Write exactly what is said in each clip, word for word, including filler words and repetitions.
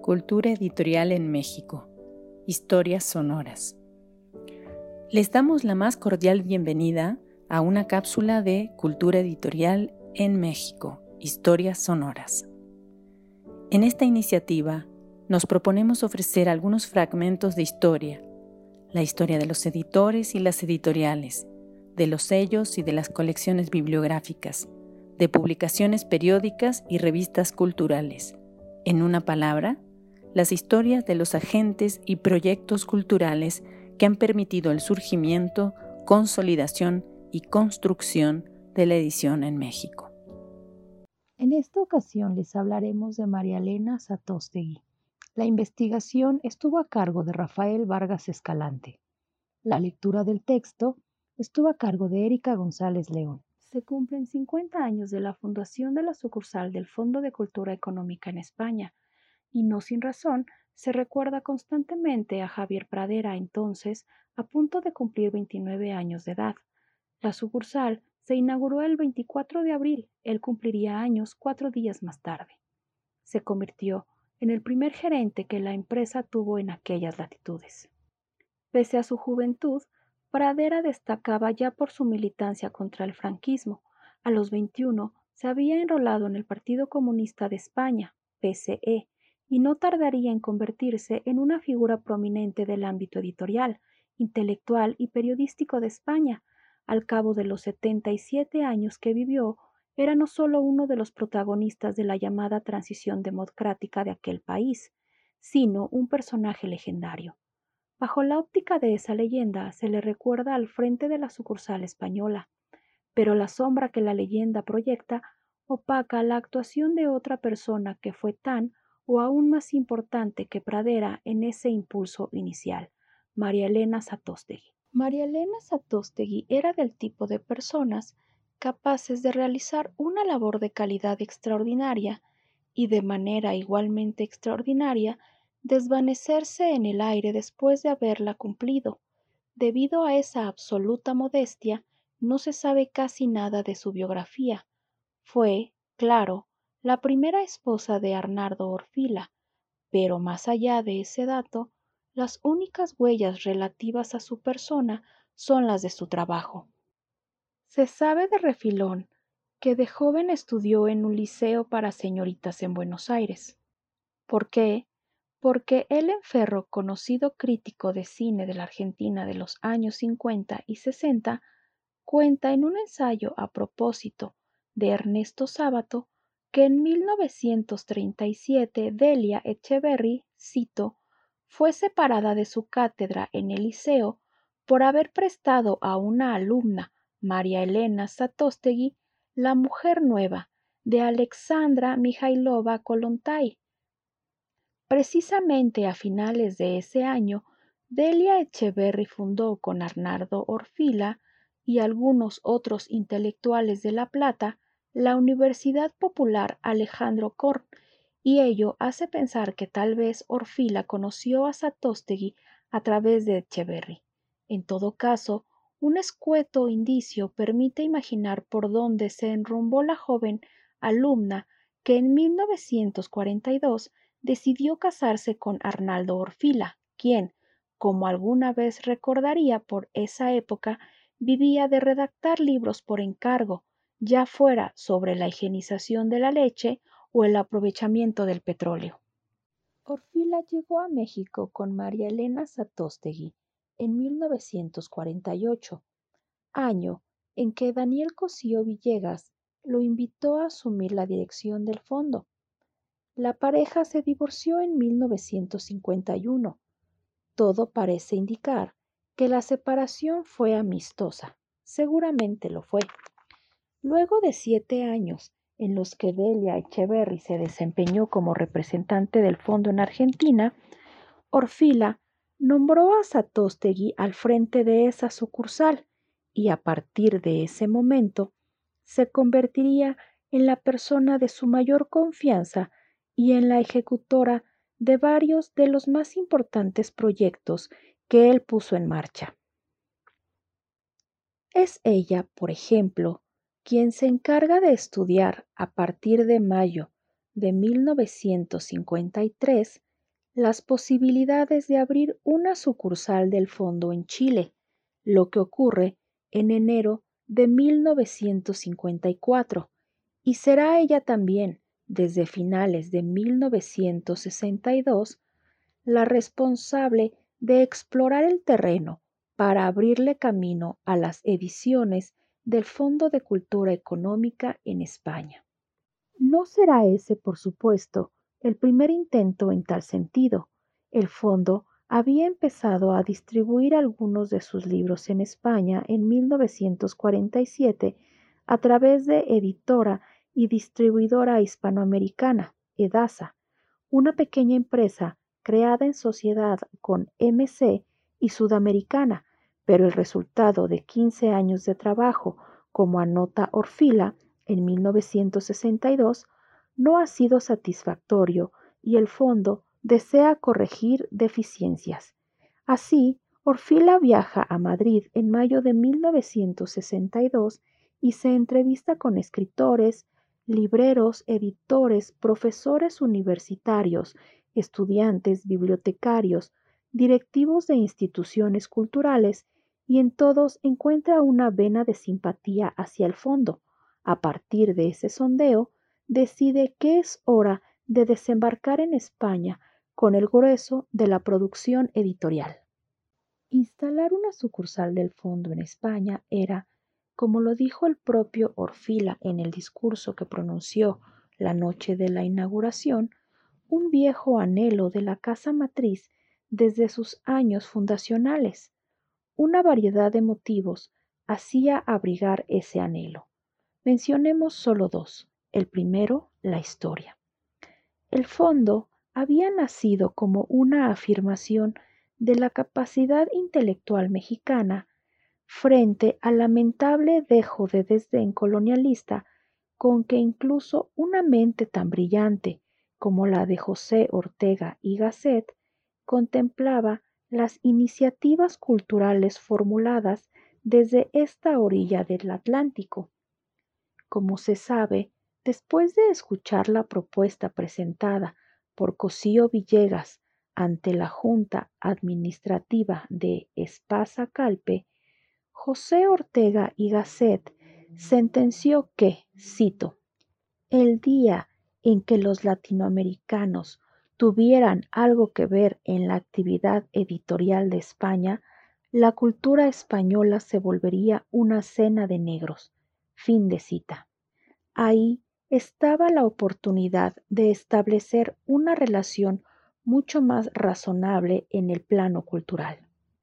Cultura editorial en México. Historias sonoras. Les damos la más cordial bienvenida a una cápsula de Cultura editorial en México. Historias sonoras. En esta iniciativa nos proponemos ofrecer algunos fragmentos de historia, la historia de los editores y las editoriales, de los sellos y de las colecciones bibliográficas, de publicaciones periódicas y revistas culturales. En una palabra, las historias de los agentes y proyectos culturales que han permitido el surgimiento, consolidación y construcción de la edición en México. En esta ocasión les hablaremos de María Elena Satostegui. La investigación estuvo a cargo de Rafael Vargas Escalante. La lectura del texto estuvo a cargo de Erika González León. Se cumplen cincuenta años de la fundación de la sucursal del Fondo de Cultura Económica en España, y no sin razón se recuerda constantemente a Javier Pradera, entonces a punto de cumplir veintinueve años de edad. La sucursal se inauguró el veinticuatro de abril, él cumpliría años cuatro días más tarde. Se convirtió en el primer gerente que la empresa tuvo en aquellas latitudes. Pese a su juventud, Pradera destacaba ya por su militancia contra el franquismo. A los veintiuno se había enrolado en el Partido Comunista de España, P C E, y no tardaría en convertirse en una figura prominente del ámbito editorial, intelectual y periodístico de España. Al cabo de los setenta y siete años que vivió, era no solo uno de los protagonistas de la llamada transición democrática de aquel país, sino un personaje legendario. Bajo la óptica de esa leyenda se le recuerda al frente de la sucursal española, pero la sombra que la leyenda proyecta opaca la actuación de otra persona que fue tan o aún más importante que Pradera en ese impulso inicial, María Elena Satostegui. María Elena Satostegui era del tipo de personas capaces de realizar una labor de calidad extraordinaria y de manera igualmente extraordinaria desvanecerse en el aire después de haberla cumplido. Debido a esa absoluta modestia, no se sabe casi nada de su biografía. Fue, claro, la primera esposa de Arnaldo Orfila, pero más allá de ese dato, las únicas huellas relativas a su persona son las de su trabajo. Se sabe de refilón que de joven estudió en un liceo para señoritas en Buenos Aires. ¿Por qué? Porque Ellen Ferro, conocido crítico de cine de la Argentina de los años cincuenta y sesenta, cuenta en un ensayo a propósito de Ernesto Sábato que en mil novecientos treinta y siete Delia Echeverry, cito, fue separada de su cátedra en el liceo por haber prestado a una alumna, María Elena Satostegui, La mujer nueva, de Alexandra Mijailova Kollontai. Precisamente a finales de ese año, Delia Echeverry fundó con Arnaldo Orfila y algunos otros intelectuales de La Plata la Universidad Popular Alejandro Korn, y ello hace pensar que tal vez Orfila conoció a Satostegui a través de Echeverry. En todo caso, un escueto indicio permite imaginar por dónde se enrumbó la joven alumna que en mil novecientos cuarenta y dos decidió casarse con Arnaldo Orfila, quien, como alguna vez recordaría por esa época, vivía de redactar libros por encargo, ya fuera sobre la higienización de la leche o el aprovechamiento del petróleo. Orfila llegó a México con María Elena Satostegui en mil novecientos cuarenta y ocho, año en que Daniel Cosío Villegas lo invitó a asumir la dirección del fondo. La pareja se divorció en mil novecientos cincuenta y uno. Todo parece indicar que la separación fue amistosa. Seguramente lo fue. Luego de siete años en los que Delia Echeverry se desempeñó como representante del fondo en Argentina, Orfila nombró a Satostegui al frente de esa sucursal y a partir de ese momento se convertiría en la persona de su mayor confianza y en la ejecutora de varios de los más importantes proyectos que él puso en marcha. Es ella, por ejemplo, quien se encarga de estudiar a partir de mayo de mil novecientos cincuenta y tres las posibilidades de abrir una sucursal del fondo en Chile, lo que ocurre en enero de mil novecientos cincuenta y cuatro, y será ella también, desde finales de mil novecientos sesenta y dos, la responsable de explorar el terreno para abrirle camino a las ediciones del Fondo de Cultura Económica en España. No será ese, por supuesto, el primer intento en tal sentido. El fondo había empezado a distribuir algunos de sus libros en España en mil novecientos cuarenta y siete a través de Editora y Distribuidora Hispanoamericana, EDASA, una pequeña empresa creada en sociedad con M C y Sudamericana, pero el resultado de quince años de trabajo, como anota Orfila en mil novecientos sesenta y dos, no ha sido satisfactorio y el fondo desea corregir deficiencias. Así, Orfila viaja a Madrid en mayo de mil novecientos sesenta y dos y se entrevista con escritores, libreros, editores, profesores universitarios, estudiantes, bibliotecarios, directivos de instituciones culturales, y en todos encuentra una vena de simpatía hacia el fondo. A partir de ese sondeo, decide que es hora de desembarcar en España con el grueso de la producción editorial. Instalar una sucursal del fondo en España era, como lo dijo el propio Orfila en el discurso que pronunció la noche de la inauguración, un viejo anhelo de la casa matriz desde sus años fundacionales. Una variedad de motivos hacía abrigar ese anhelo. Mencionemos solo dos. El primero, la historia. El fondo había nacido como una afirmación de la capacidad intelectual mexicana frente al lamentable dejo de desdén colonialista con que incluso una mente tan brillante como la de José Ortega y Gasset contemplaba las iniciativas culturales formuladas desde esta orilla del Atlántico. Como se sabe, después de escuchar la propuesta presentada por Cosío Villegas ante la Junta Administrativa de Espasa Calpe, José Ortega y Gasset sentenció que, cito, el día en que los latinoamericanos tuvieran algo que ver en la actividad editorial de España, la cultura española se volvería una cena de negros. Fin de cita. Ahí estaba la oportunidad de establecer una relación mucho más razonable en el plano cultural.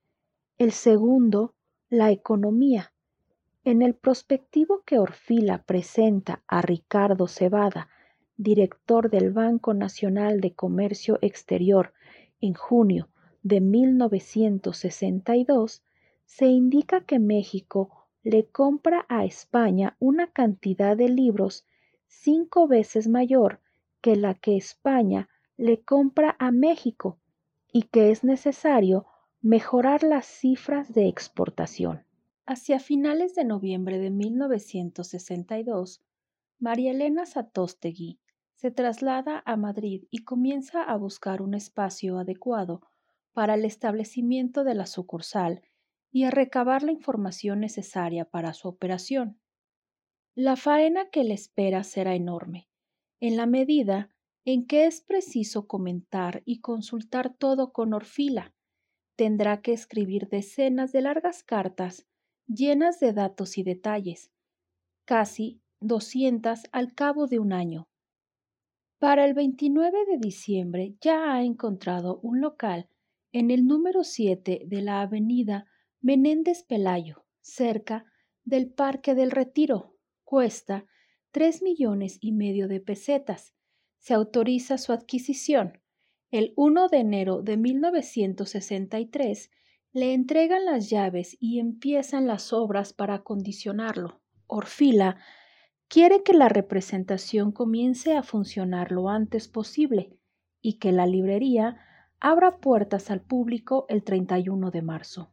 El segundo, la economía. En el prospectivo que Orfila presenta a Ricardo Cebada, director del Banco Nacional de Comercio Exterior, en junio de mil novecientos sesenta y dos, se indica que México le compra a España una cantidad de libros cinco veces mayor que la que España le compra a México y que es necesario mejorar las cifras de exportación. Hacia finales de noviembre de mil novecientos sesenta y dos, María Elena Satóstegui se traslada a Madrid y comienza a buscar un espacio adecuado para el establecimiento de la sucursal y a recabar la información necesaria para su operación. La faena que le espera será enorme, en la medida en que es preciso comentar y consultar todo con Orfila. Tendrá que escribir decenas de largas cartas llenas de datos y detalles, casi doscientas al cabo de un año. Para el veintinueve de diciembre ya ha encontrado un local en el número siete de la avenida Menéndez Pelayo, cerca del Parque del Retiro. Cuesta tres millones y medio de pesetas. Se autoriza su adquisición. El primero de enero de mil novecientos sesenta y tres le entregan las llaves y empiezan las obras para acondicionarlo. Orfila quiere que la representación comience a funcionar lo antes posible y que la librería abra puertas al público el treinta y uno de marzo.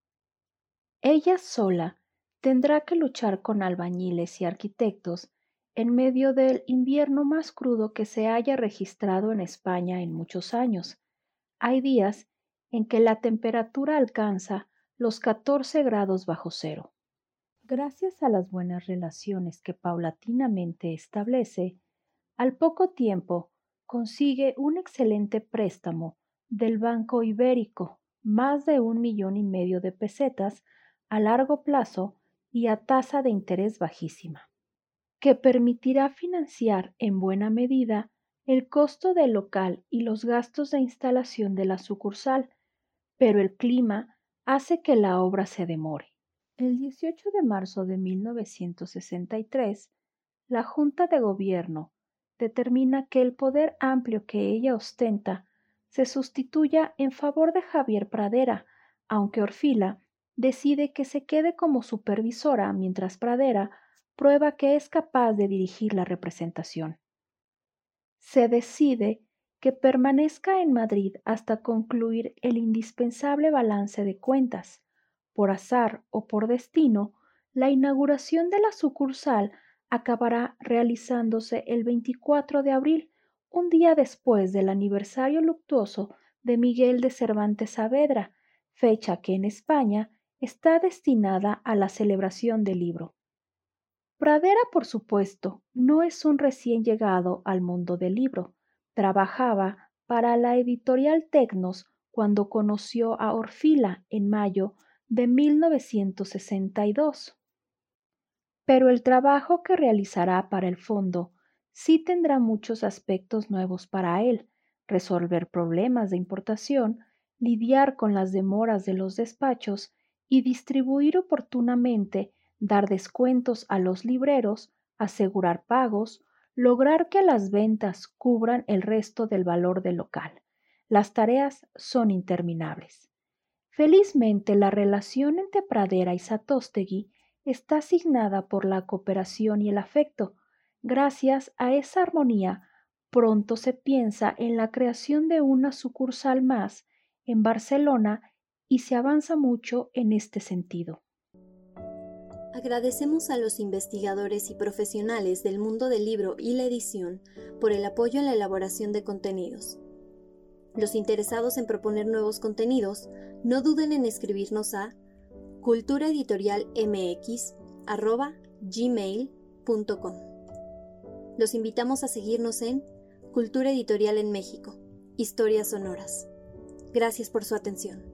Ella sola tendrá que luchar con albañiles y arquitectos en medio del invierno más crudo que se haya registrado en España en muchos años. Hay días en que la temperatura alcanza los catorce grados bajo cero. Gracias a las buenas relaciones que paulatinamente establece, al poco tiempo consigue un excelente préstamo del Banco Ibérico, más de un millón y medio de pesetas a largo plazo y a tasa de interés bajísima, que permitirá financiar en buena medida el costo del local y los gastos de instalación de la sucursal, pero el clima hace que la obra se demore. El dieciocho de marzo de mil novecientos sesenta y tres, la Junta de Gobierno determina que el poder amplio que ella ostenta se sustituya en favor de Javier Pradera, aunque Orfila decide que se quede como supervisora mientras Pradera prueba que es capaz de dirigir la representación. Se decide que permanezca en Madrid hasta concluir el indispensable balance de cuentas. Por azar o por destino, la inauguración de la sucursal acabará realizándose el veinticuatro de abril, un día después del aniversario luctuoso de Miguel de Cervantes Saavedra, fecha que en España está destinada a la celebración del libro. Pradera, por supuesto, no es un recién llegado al mundo del libro. Trabajaba para la editorial Tecnos cuando conoció a Orfila en mayo de mil novecientos sesenta y dos. Pero el trabajo que realizará para el fondo sí tendrá muchos aspectos nuevos para él: resolver problemas de importación, lidiar con las demoras de los despachos y distribuir oportunamente, dar descuentos a los libreros, asegurar pagos, lograr que las ventas cubran el resto del valor del local. Las tareas son interminables. Felizmente, la relación entre Pradera y Satóstegui está asignada por la cooperación y el afecto. Gracias a esa armonía, pronto se piensa en la creación de una sucursal más en Barcelona y se avanza mucho en este sentido. Agradecemos a los investigadores y profesionales del mundo del libro y la edición por el apoyo en la elaboración de contenidos. Los interesados en proponer nuevos contenidos, no duden en escribirnos a culturaeditorialmx arroba gmail punto com. Los invitamos a seguirnos en Cultura Editorial en México, Historias Sonoras. Gracias por su atención.